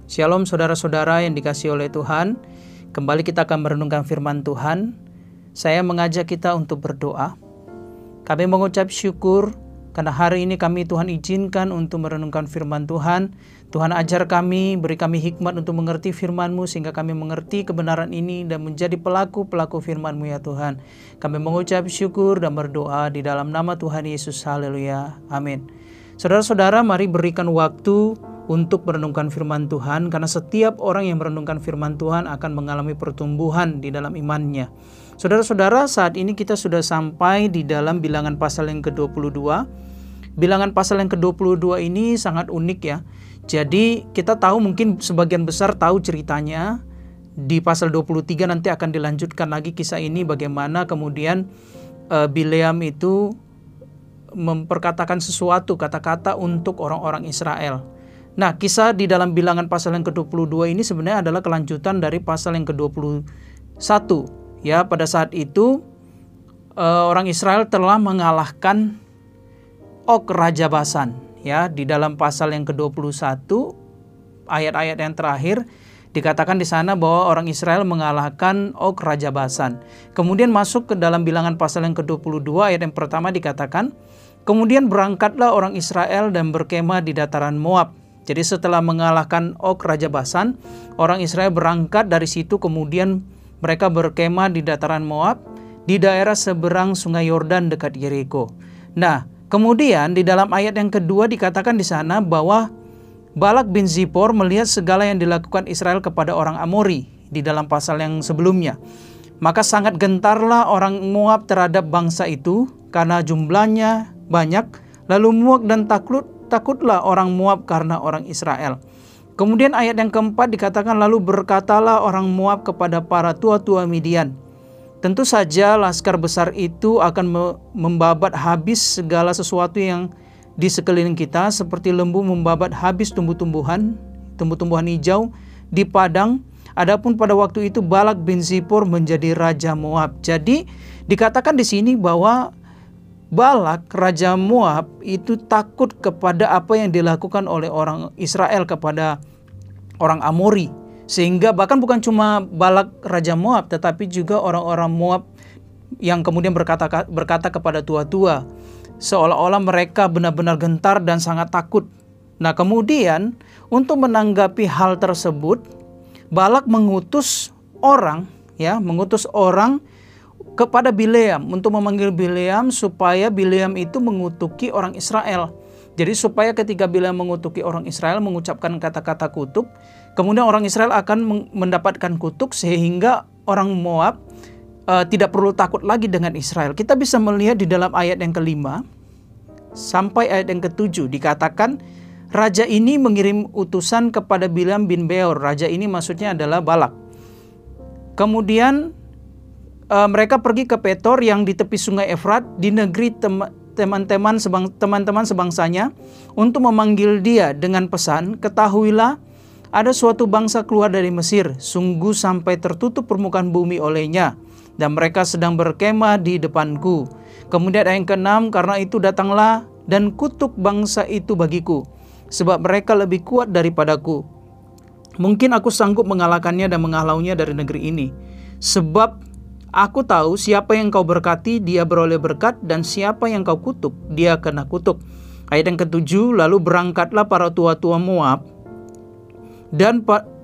Shalom saudara-saudara yang dikasihi oleh Tuhan. Kembali kita akan merenungkan firman Tuhan. Saya mengajak kita untuk berdoa. Kami mengucap syukur karena hari ini kami Tuhan izinkan untuk merenungkan firman Tuhan. Tuhan ajar kami, beri kami hikmat untuk mengerti firman-Mu sehingga kami mengerti kebenaran ini dan menjadi pelaku-pelaku firman-Mu ya Tuhan. Kami mengucap syukur dan berdoa di dalam nama Tuhan Yesus. Haleluya. Amin. Saudara-saudara, mari berikan waktu untuk merenungkan firman Tuhan, karena setiap orang yang merenungkan firman Tuhan akan mengalami pertumbuhan di dalam imannya. Saudara-saudara, saat ini kita sudah sampai di dalam bilangan pasal yang ke-22. Bilangan pasal yang ke-22 ini sangat unik ya. Jadi kita tahu, mungkin sebagian besar tahu ceritanya. Di pasal 23 nanti akan dilanjutkan lagi kisah ini, bagaimana kemudian Bileam itu memperkatakan sesuatu kata-kata untuk orang-orang Israel. Nah, kisah di dalam bilangan pasal yang ke-22 ini sebenarnya adalah kelanjutan dari pasal yang ke-21. Ya, pada saat itu orang Israel telah mengalahkan Og Raja Basan. Ya, di dalam pasal yang ke-21 ayat-ayat yang terakhir dikatakan di sana bahwa orang Israel mengalahkan Og Raja Basan. Kemudian masuk ke dalam bilangan pasal yang ke-22 ayat yang pertama dikatakan, kemudian berangkatlah orang Israel dan berkemah di dataran Moab. Jadi setelah mengalahkan Og Raja Basan, orang Israel berangkat dari situ, kemudian mereka berkemah di dataran Moab, di daerah seberang sungai Yordan dekat Yeriko. Nah, kemudian di dalam ayat yang kedua dikatakan di sana bahwa Balak bin Zippor melihat segala yang dilakukan Israel kepada orang Amori di dalam pasal yang sebelumnya. Maka sangat gentarlah orang Moab terhadap bangsa itu karena jumlahnya banyak, lalu muak dan takutlah orang Moab karena orang Israel. Kemudian ayat yang keempat dikatakan, lalu berkatalah orang Moab kepada para tua-tua Midian, tentu saja laskar besar itu akan membabat habis segala sesuatu yang di sekeliling kita, seperti lembu membabat habis tumbuh-tumbuhan hijau di padang. Adapun pada waktu itu Balak bin Zippor menjadi raja Moab. Jadi dikatakan di sini bahwa Balak, raja Moab, itu takut kepada apa yang dilakukan oleh orang Israel kepada orang Amori. Sehingga bahkan bukan cuma Balak, raja Moab, tetapi juga orang-orang Moab yang kemudian berkata kepada tua-tua. Seolah-olah mereka benar-benar gentar dan sangat takut. Nah, kemudian untuk menanggapi hal tersebut, Balak mengutus orang kepada Bileam untuk memanggil Bileam supaya Bileam itu mengutuki orang Israel. Jadi supaya ketika Bileam mengutuki orang Israel mengucapkan kata-kata kutuk, kemudian orang Israel akan mendapatkan kutuk sehingga orang Moab tidak perlu takut lagi dengan Israel. Kita bisa melihat di dalam ayat yang ke-5 sampai ayat yang ke-7 dikatakan raja ini mengirim utusan kepada Bileam bin Beor. Raja ini maksudnya adalah Balak. Kemudian mereka pergi ke Petor yang di tepi sungai Efrat di negeri teman-teman sebangsanya untuk memanggil dia dengan pesan, ketahuilah ada suatu bangsa keluar dari Mesir, sungguh sampai tertutup permukaan bumi olehnya, dan mereka sedang berkemah di depanku. Kemudian ayat ke-6, karena itu datanglah dan kutuk bangsa itu bagiku, sebab mereka lebih kuat daripadaku. Mungkin aku sanggup mengalahkannya dan menghalaunya dari negeri ini, sebab aku tahu siapa yang kau berkati, dia beroleh berkat, dan siapa yang kau kutuk, dia kena kutuk. Ayat yang ke-7, lalu berangkatlah para tua-tua Moab dan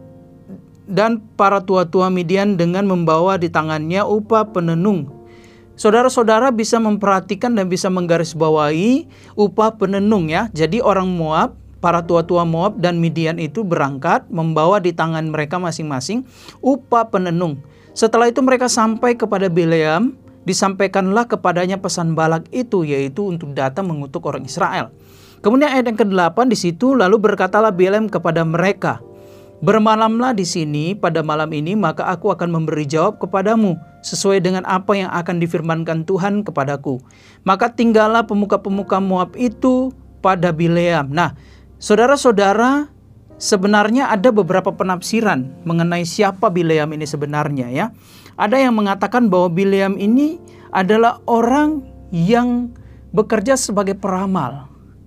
para tua-tua Midian dengan membawa di tangannya upah penenung. Saudara-saudara bisa memperhatikan dan bisa menggarisbawahi upah penenung ya. Jadi orang Moab, para tua-tua Moab dan Midian itu berangkat membawa di tangan mereka masing-masing upah penenung. Setelah itu mereka sampai kepada Bileam, disampaikanlah kepadanya pesan Balak itu, yaitu untuk datang mengutuk orang Israel. Kemudian ayat yang ke-8 di situ, lalu berkatalah Bileam kepada mereka, bermalamlah di sini pada malam ini, maka aku akan memberi jawab kepadamu sesuai dengan apa yang akan difirmankan Tuhan kepadaku. Maka tinggallah pemuka-pemuka Moab itu pada Bileam. Nah, saudara-saudara, sebenarnya ada beberapa penafsiran mengenai siapa Bileam ini sebenarnya ya. Ada yang mengatakan bahwa Bileam ini adalah orang yang bekerja sebagai peramal.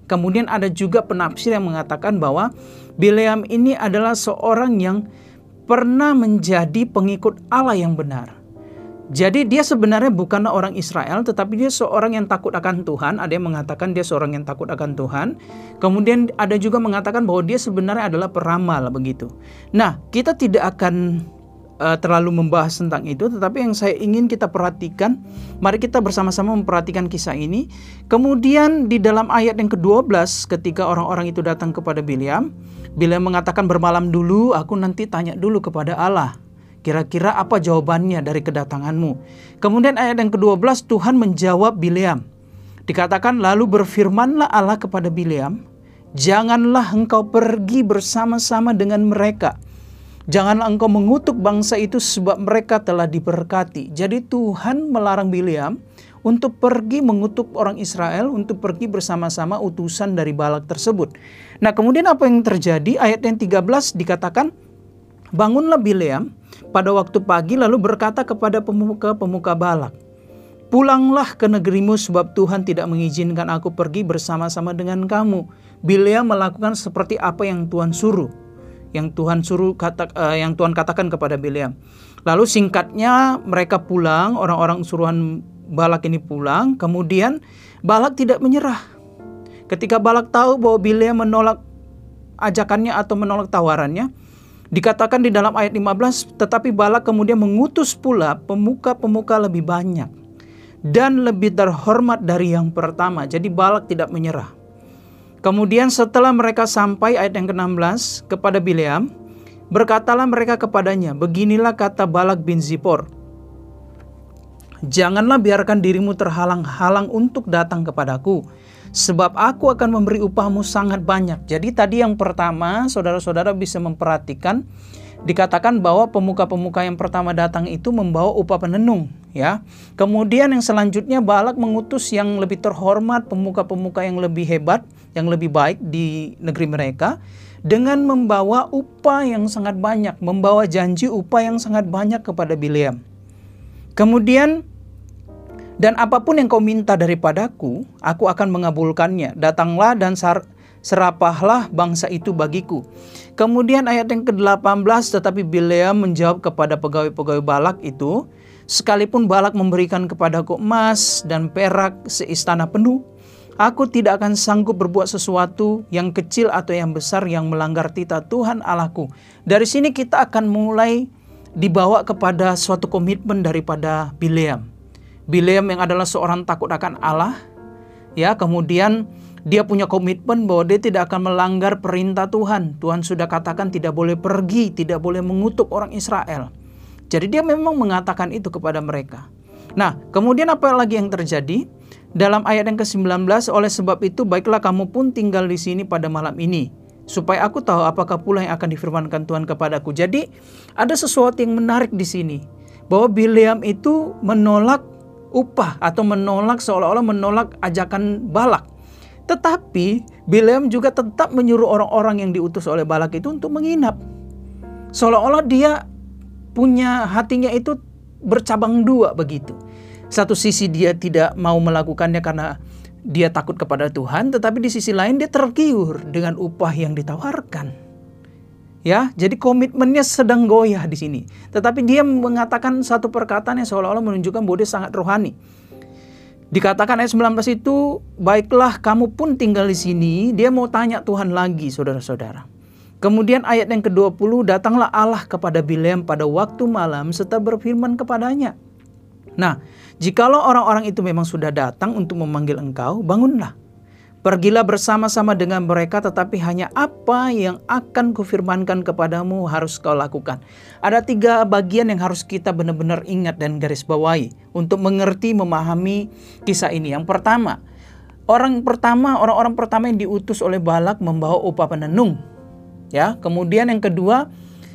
Kemudian ada juga penafsir yang mengatakan bahwa Bileam ini adalah seorang yang pernah menjadi pengikut Allah yang benar. Jadi dia sebenarnya bukanlah orang Israel, tetapi dia seorang yang takut akan Tuhan. Ada yang mengatakan dia seorang yang takut akan Tuhan. Kemudian ada juga mengatakan bahwa dia sebenarnya adalah peramal begitu. Nah, kita tidak akan terlalu membahas tentang itu, tetapi yang saya ingin kita perhatikan, mari kita bersama-sama memperhatikan kisah ini. Kemudian di dalam ayat yang ke-12, ketika orang-orang itu datang kepada Bileam mengatakan, bermalam dulu, aku nanti tanya dulu kepada Allah. Kira-kira apa jawabannya dari kedatanganmu? Kemudian ayat yang ke-12, Tuhan menjawab Bileam. Dikatakan, lalu berfirmanlah Allah kepada Bileam, janganlah engkau pergi bersama-sama dengan mereka. Janganlah engkau mengutuk bangsa itu sebab mereka telah diberkati. Jadi Tuhan melarang Bileam untuk pergi mengutuk orang Israel, untuk pergi bersama-sama utusan dari Balak tersebut. Nah, kemudian apa yang terjadi? Ayat yang 13 dikatakan, bangunlah Bileam pada waktu pagi lalu berkata kepada pemuka-pemuka Balak, pulanglah ke negerimu sebab Tuhan tidak mengizinkan aku pergi bersama-sama dengan kamu. Bileam melakukan seperti apa yang Tuhan suruh. Yang Tuhan katakan kepada Bileam. Lalu singkatnya mereka pulang, orang-orang suruhan Balak ini pulang. Kemudian Balak tidak menyerah. Ketika Balak tahu bahwa Bileam menolak ajakannya atau menolak tawarannya, dikatakan di dalam ayat 15, tetapi Balak kemudian mengutus pula pemuka-pemuka lebih banyak dan lebih terhormat dari yang pertama. Jadi Balak tidak menyerah. Kemudian setelah mereka sampai ayat yang ke-16 kepada Bileam, berkatalah mereka kepadanya, beginilah kata Balak bin Zippor, janganlah biarkan dirimu terhalang-halang untuk datang kepadaku, sebab aku akan memberi upahmu sangat banyak. Jadi tadi yang pertama, saudara-saudara bisa memperhatikan, dikatakan bahwa pemuka-pemuka yang pertama datang itu membawa upah penenung, ya. Kemudian yang selanjutnya Balak mengutus yang lebih terhormat, pemuka-pemuka yang lebih hebat, yang lebih baik di negeri mereka, dengan membawa upah yang sangat banyak, membawa janji upah yang sangat banyak kepada Bileam. Kemudian, dan apapun yang kau minta daripadaku, aku akan mengabulkannya. Datanglah dan serapahlah bangsa itu bagiku. Kemudian ayat yang ke-18, tetapi Bileam menjawab kepada pegawai-pegawai Balak itu, sekalipun Balak memberikan kepadaku emas dan perak seistana penuh, aku tidak akan sanggup berbuat sesuatu yang kecil atau yang besar yang melanggar titah Tuhan Allahku. Dari sini kita akan mulai dibawa kepada suatu komitmen daripada Bileam. Bileam yang adalah seorang takut akan Allah, ya, kemudian dia punya komitmen bahwa dia tidak akan melanggar perintah Tuhan. Tuhan sudah katakan tidak boleh pergi, tidak boleh mengutuk orang Israel. Jadi dia memang mengatakan itu kepada mereka. Nah, kemudian apa lagi yang terjadi? Dalam ayat yang ke-19, oleh sebab itu baiklah kamu pun tinggal di sini pada malam ini, supaya aku tahu apakah pula yang akan difirmankan Tuhan kepadaku. Jadi ada sesuatu yang menarik di sini, bahwa Bileam itu menolak upah atau menolak, seolah-olah menolak ajakan Balak. Tetapi Bileam juga tetap menyuruh orang-orang yang diutus oleh Balak itu untuk menginap. Seolah-olah dia punya hatinya itu bercabang dua begitu. Satu sisi dia tidak mau melakukannya karena dia takut kepada Tuhan, tetapi di sisi lain dia tergiur dengan upah yang ditawarkan. Ya, jadi komitmennya sedang goyah di sini. Tetapi dia mengatakan satu perkataan yang seolah-olah menunjukkan bahwa dia sangat rohani. Dikatakan ayat 19 itu, baiklah kamu pun tinggal di sini. Dia mau tanya Tuhan lagi, saudara-saudara. Kemudian ayat yang ke-20, datanglah Allah kepada Bileam pada waktu malam serta berfirman kepadanya. Nah, jikalau orang-orang itu memang sudah datang untuk memanggil engkau, bangunlah. Pergilah bersama-sama dengan mereka, tetapi hanya apa yang akan kufirmankan kepadamu harus kau lakukan. Ada 3 bagian yang harus kita benar-benar ingat dan garis bawahi untuk mengerti, memahami kisah ini. Yang pertama, orang-orang pertama yang diutus oleh Balak membawa upah penenung. Ya, kemudian yang kedua,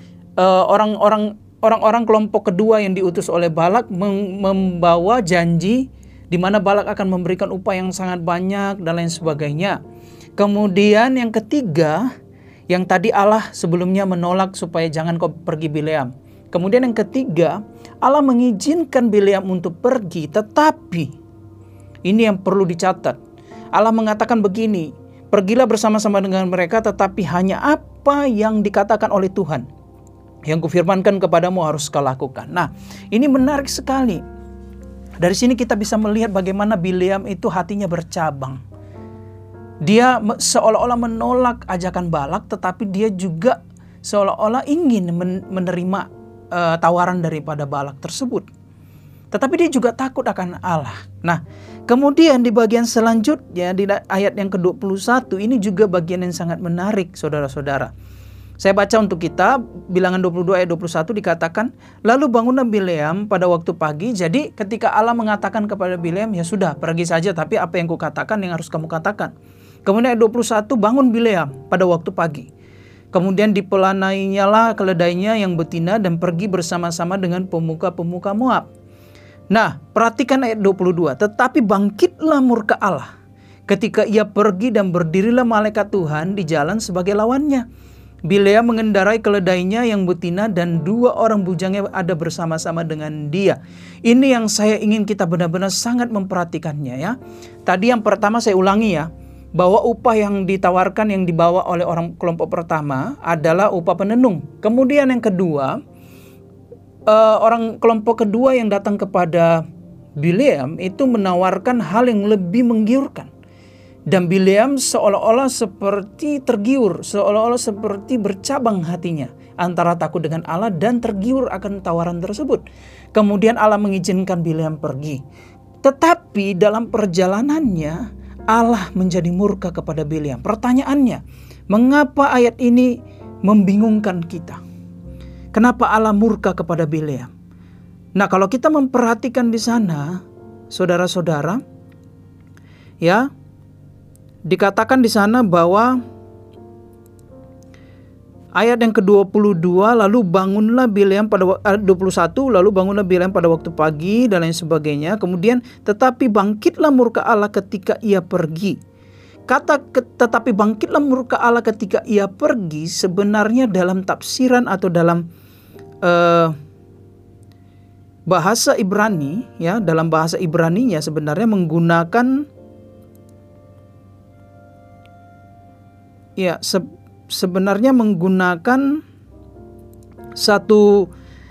orang-orang kelompok kedua yang diutus oleh Balak membawa janji di mana Balak akan memberikan upah yang sangat banyak dan lain sebagainya. Kemudian yang ketiga, yang tadi Allah sebelumnya menolak supaya jangan kau pergi Bileam. Kemudian yang ketiga, Allah mengizinkan Bileam untuk pergi, tetapi ini yang perlu dicatat. Allah mengatakan begini, pergilah bersama-sama dengan mereka, tetapi hanya apa yang dikatakan oleh Tuhan, yang kufirmankan kepadamu harus kau lakukan. Nah, ini menarik sekali. Dari sini kita bisa melihat bagaimana Bileam itu hatinya bercabang. Dia seolah-olah menolak ajakan Balak, tetapi dia juga seolah-olah ingin menerima tawaran daripada Balak tersebut. Tetapi dia juga takut akan Allah. Nah, kemudian di bagian selanjutnya, di ayat yang ke-21, ini juga bagian yang sangat menarik, saudara-saudara. Saya baca untuk kita, Bilangan 22 ayat 21 dikatakan, lalu bangunlah Bileam pada waktu pagi. Jadi ketika Allah mengatakan kepada Bileam, ya sudah, pergi saja, tapi apa yang kukatakan yang harus kamu katakan. Kemudian ayat 21, bangun Bileam pada waktu pagi. Kemudian dipelanainya lah keledainya yang betina dan pergi bersama-sama dengan pemuka-pemuka Moab. Nah, perhatikan ayat 22, tetapi bangkitlah murka Allah ketika ia pergi dan berdirilah malaikat Tuhan di jalan sebagai lawannya. Bileam mengendarai keledainya yang betina dan 2 orang bujangnya ada bersama-sama dengan dia. Ini yang saya ingin kita benar-benar sangat memperhatikannya ya. Tadi yang pertama saya ulangi ya, bahwa upah yang ditawarkan yang dibawa oleh orang kelompok pertama adalah upah penenung. Kemudian yang kedua, orang kelompok kedua yang datang kepada Bileam itu menawarkan hal yang lebih menggiurkan. Dan Bileam seolah-olah seperti tergiur, seolah-olah seperti bercabang hatinya antara takut dengan Allah dan tergiur akan tawaran tersebut. Kemudian Allah mengizinkan Bileam pergi. Tetapi dalam perjalanannya Allah menjadi murka kepada Bileam. Pertanyaannya, mengapa ayat ini membingungkan kita? Kenapa Allah murka kepada Bileam? Nah, kalau kita memperhatikan di sana, saudara-saudara, ya, dikatakan di sana bahwa ayat yang ke-22, lalu bangunlah Bileam pada 21, lalu bangunlah Bileam pada waktu pagi dan lain sebagainya. Kemudian tetapi bangkitlah murka Allah ketika ia pergi. Kata tetapi bangkitlah murka Allah ketika ia pergi sebenarnya dalam tafsiran atau dalam bahasa Ibrani ya, dalam bahasa Ibraninya sebenarnya menggunakan ya sebenarnya menggunakan satu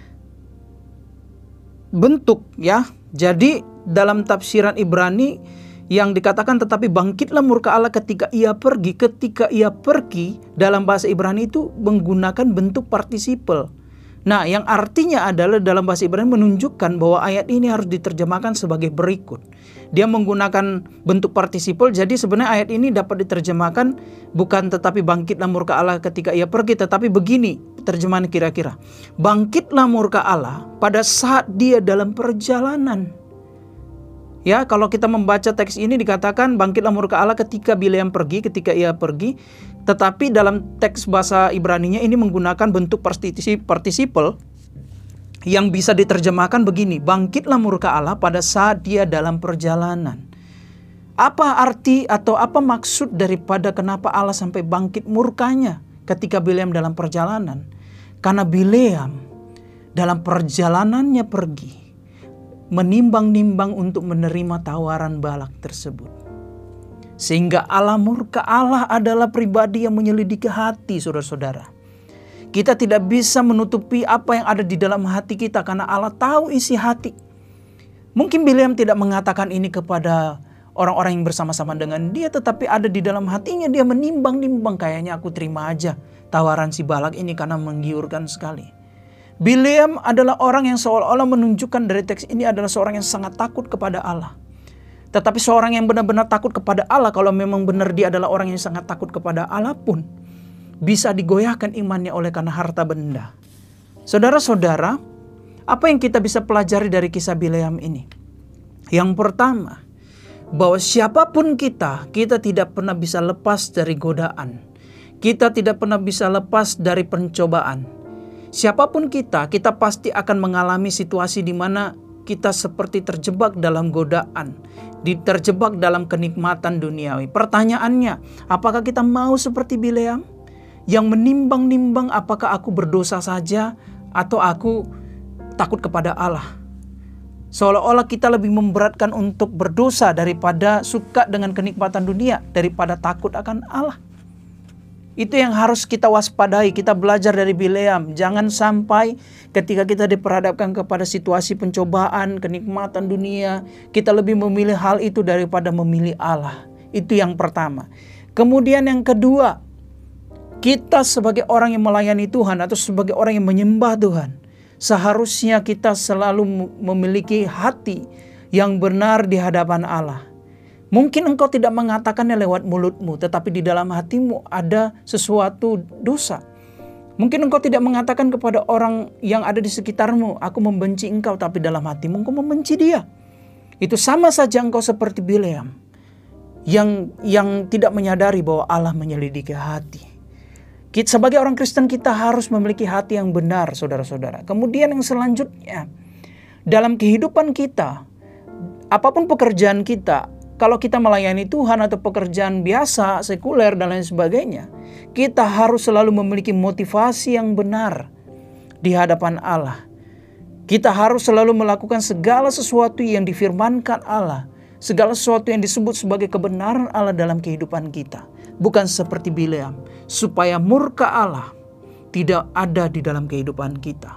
bentuk ya. Jadi dalam tafsiran Ibrani yang dikatakan tetapi bangkitlah murka Allah ketika ia pergi. Ketika ia pergi dalam bahasa Ibrani itu menggunakan bentuk partisipal. Nah, yang artinya adalah dalam bahasa Ibrani menunjukkan bahwa ayat ini harus diterjemahkan sebagai berikut. Dia menggunakan bentuk partisipal, jadi sebenarnya ayat ini dapat diterjemahkan bukan tetapi bangkitlah murka Allah ketika ia pergi, tetapi begini terjemahan kira-kira. Bangkitlah murka Allah pada saat dia dalam perjalanan. Ya, kalau kita membaca teks ini dikatakan bangkitlah murka Allah ketika Bileam pergi, ketika ia pergi. Tetapi dalam teks bahasa Ibraninya ini menggunakan bentuk partisipal yang bisa diterjemahkan begini. Bangkitlah murka Allah pada saat dia dalam perjalanan. Apa arti atau apa maksud daripada kenapa Allah sampai bangkit murkanya ketika Bileam dalam perjalanan? Karena Bileam dalam perjalanannya pergi menimbang-nimbang untuk menerima tawaran Balak tersebut. Sehingga Allah murka. Allah adalah pribadi yang menyelidiki hati, saudara-saudara. Kita tidak bisa menutupi apa yang ada di dalam hati kita karena Allah tahu isi hati. Mungkin Bileam tidak mengatakan ini kepada orang-orang yang bersama-sama dengan dia, tetapi ada di dalam hatinya dia menimbang-nimbang, kayaknya aku terima aja tawaran si Balak ini karena menggiurkan sekali. Bileam adalah orang yang seolah-olah menunjukkan dari teks ini adalah seorang yang sangat takut kepada Allah. Tetapi seorang yang benar-benar takut kepada Allah, kalau memang benar dia adalah orang yang sangat takut kepada Allah pun, bisa digoyahkan imannya oleh karena harta benda. Saudara-saudara, apa yang kita bisa pelajari dari kisah Bileam ini? Yang pertama, bahwa siapapun kita tidak pernah bisa lepas dari godaan. Kita tidak pernah bisa lepas dari pencobaan. Siapapun kita pasti akan mengalami situasi di mana kita seperti terjebak dalam godaan, terjebak dalam kenikmatan duniawi. Pertanyaannya, apakah kita mau seperti Bileam yang menimbang-nimbang apakah aku berdosa saja atau aku takut kepada Allah? Seolah-olah kita lebih memberatkan untuk berdosa daripada suka dengan kenikmatan dunia, daripada takut akan Allah. Itu yang harus kita waspadai. Kita belajar dari Bileam. Jangan sampai ketika kita diperhadapkan kepada situasi pencobaan, kenikmatan dunia, kita lebih memilih hal itu daripada memilih Allah. Itu yang pertama. Kemudian yang kedua, kita sebagai orang yang melayani Tuhan atau sebagai orang yang menyembah Tuhan, seharusnya kita selalu memiliki hati yang benar di hadapan Allah. Mungkin engkau tidak mengatakannya lewat mulutmu, tetapi di dalam hatimu ada sesuatu dosa. Mungkin engkau tidak mengatakan kepada orang yang ada di sekitarmu, aku membenci engkau, tapi dalam hatimu engkau membenci dia. Itu sama saja engkau seperti Bileam yang tidak menyadari bahwa Allah menyelidiki hati. Sebagai orang Kristen kita harus memiliki hati yang benar, saudara-saudara. Kemudian yang selanjutnya, dalam kehidupan kita, apapun pekerjaan kita, kalau kita melayani Tuhan atau pekerjaan biasa, sekuler dan lain sebagainya, kita harus selalu memiliki motivasi yang benar di hadapan Allah. Kita harus selalu melakukan segala sesuatu yang difirmankan Allah, segala sesuatu yang disebut sebagai kebenaran Allah dalam kehidupan kita. Bukan seperti Bileam, supaya murka Allah tidak ada di dalam kehidupan kita.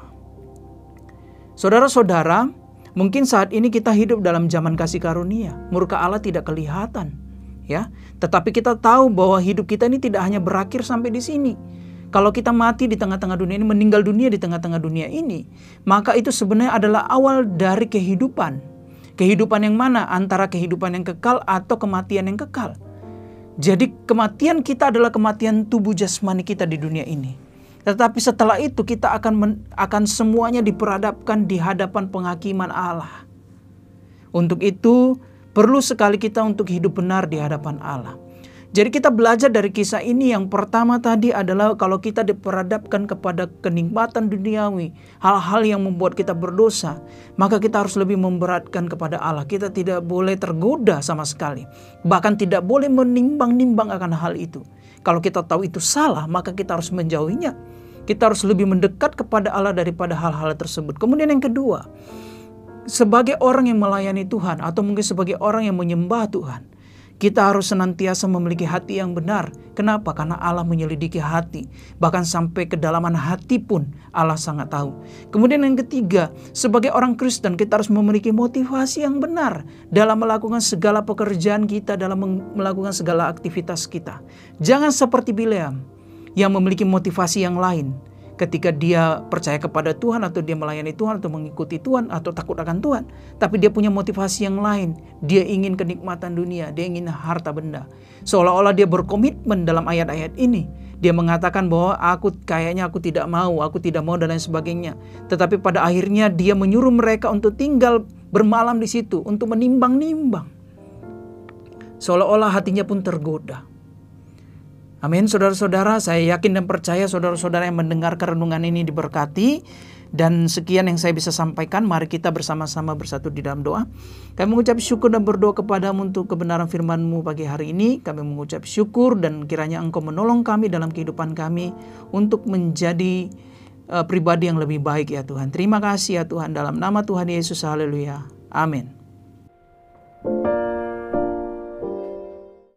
Saudara-saudara, mungkin saat ini kita hidup dalam zaman kasih karunia. Murka Allah tidak kelihatan, ya. Tetapi kita tahu bahwa hidup kita ini tidak hanya berakhir sampai di sini. Kalau kita mati di tengah-tengah dunia ini, meninggal dunia di tengah-tengah dunia ini, maka itu sebenarnya adalah awal dari kehidupan. Kehidupan yang mana? Antara kehidupan yang kekal atau kematian yang kekal. Jadi kematian kita adalah kematian tubuh jasmani kita di dunia ini. Tetapi setelah itu kita akan semuanya diperhadapkan di hadapan penghakiman Allah. Untuk itu perlu sekali kita untuk hidup benar di hadapan Allah. Jadi kita belajar dari kisah ini, yang pertama tadi adalah kalau kita diperhadapkan kepada kenikmatan duniawi, hal-hal yang membuat kita berdosa, maka kita harus lebih memberatkan kepada Allah. Kita tidak boleh tergoda sama sekali. Bahkan tidak boleh menimbang-nimbang akan hal itu. Kalau kita tahu itu salah, maka kita harus menjauhinya. Kita harus lebih mendekat kepada Allah daripada hal-hal tersebut. Kemudian yang kedua, sebagai orang yang melayani Tuhan atau mungkin sebagai orang yang menyembah Tuhan, kita harus senantiasa memiliki hati yang benar. Kenapa? Karena Allah menyelidiki hati. Bahkan sampai kedalaman hati pun Allah sangat tahu. Kemudian yang ketiga, sebagai orang Kristen kita harus memiliki motivasi yang benar dalam melakukan segala pekerjaan kita, dalam melakukan segala aktivitas kita. Jangan seperti Bileam yang memiliki motivasi yang lain. Ketika dia percaya kepada Tuhan atau dia melayani Tuhan atau mengikuti Tuhan atau takut akan Tuhan. Tapi dia punya motivasi yang lain. Dia ingin kenikmatan dunia, dia ingin harta benda. Seolah-olah dia berkomitmen dalam ayat-ayat ini. Dia mengatakan bahwa aku tidak mau dan lain sebagainya. Tetapi pada akhirnya dia menyuruh mereka untuk tinggal bermalam di situ, untuk menimbang-nimbang. Seolah-olah hatinya pun tergoda. Amin, saudara-saudara, saya yakin dan percaya saudara-saudara yang mendengarkan renungan ini diberkati. Dan sekian yang saya bisa sampaikan, mari kita bersama-sama bersatu di dalam doa. Kami mengucap syukur dan berdoa kepadamu untuk kebenaran firman-Mu pagi hari ini. Kami mengucap syukur dan kiranya Engkau menolong kami dalam kehidupan kami untuk menjadi pribadi yang lebih baik ya Tuhan. Terima kasih ya Tuhan, dalam nama Tuhan Yesus, haleluya, amin.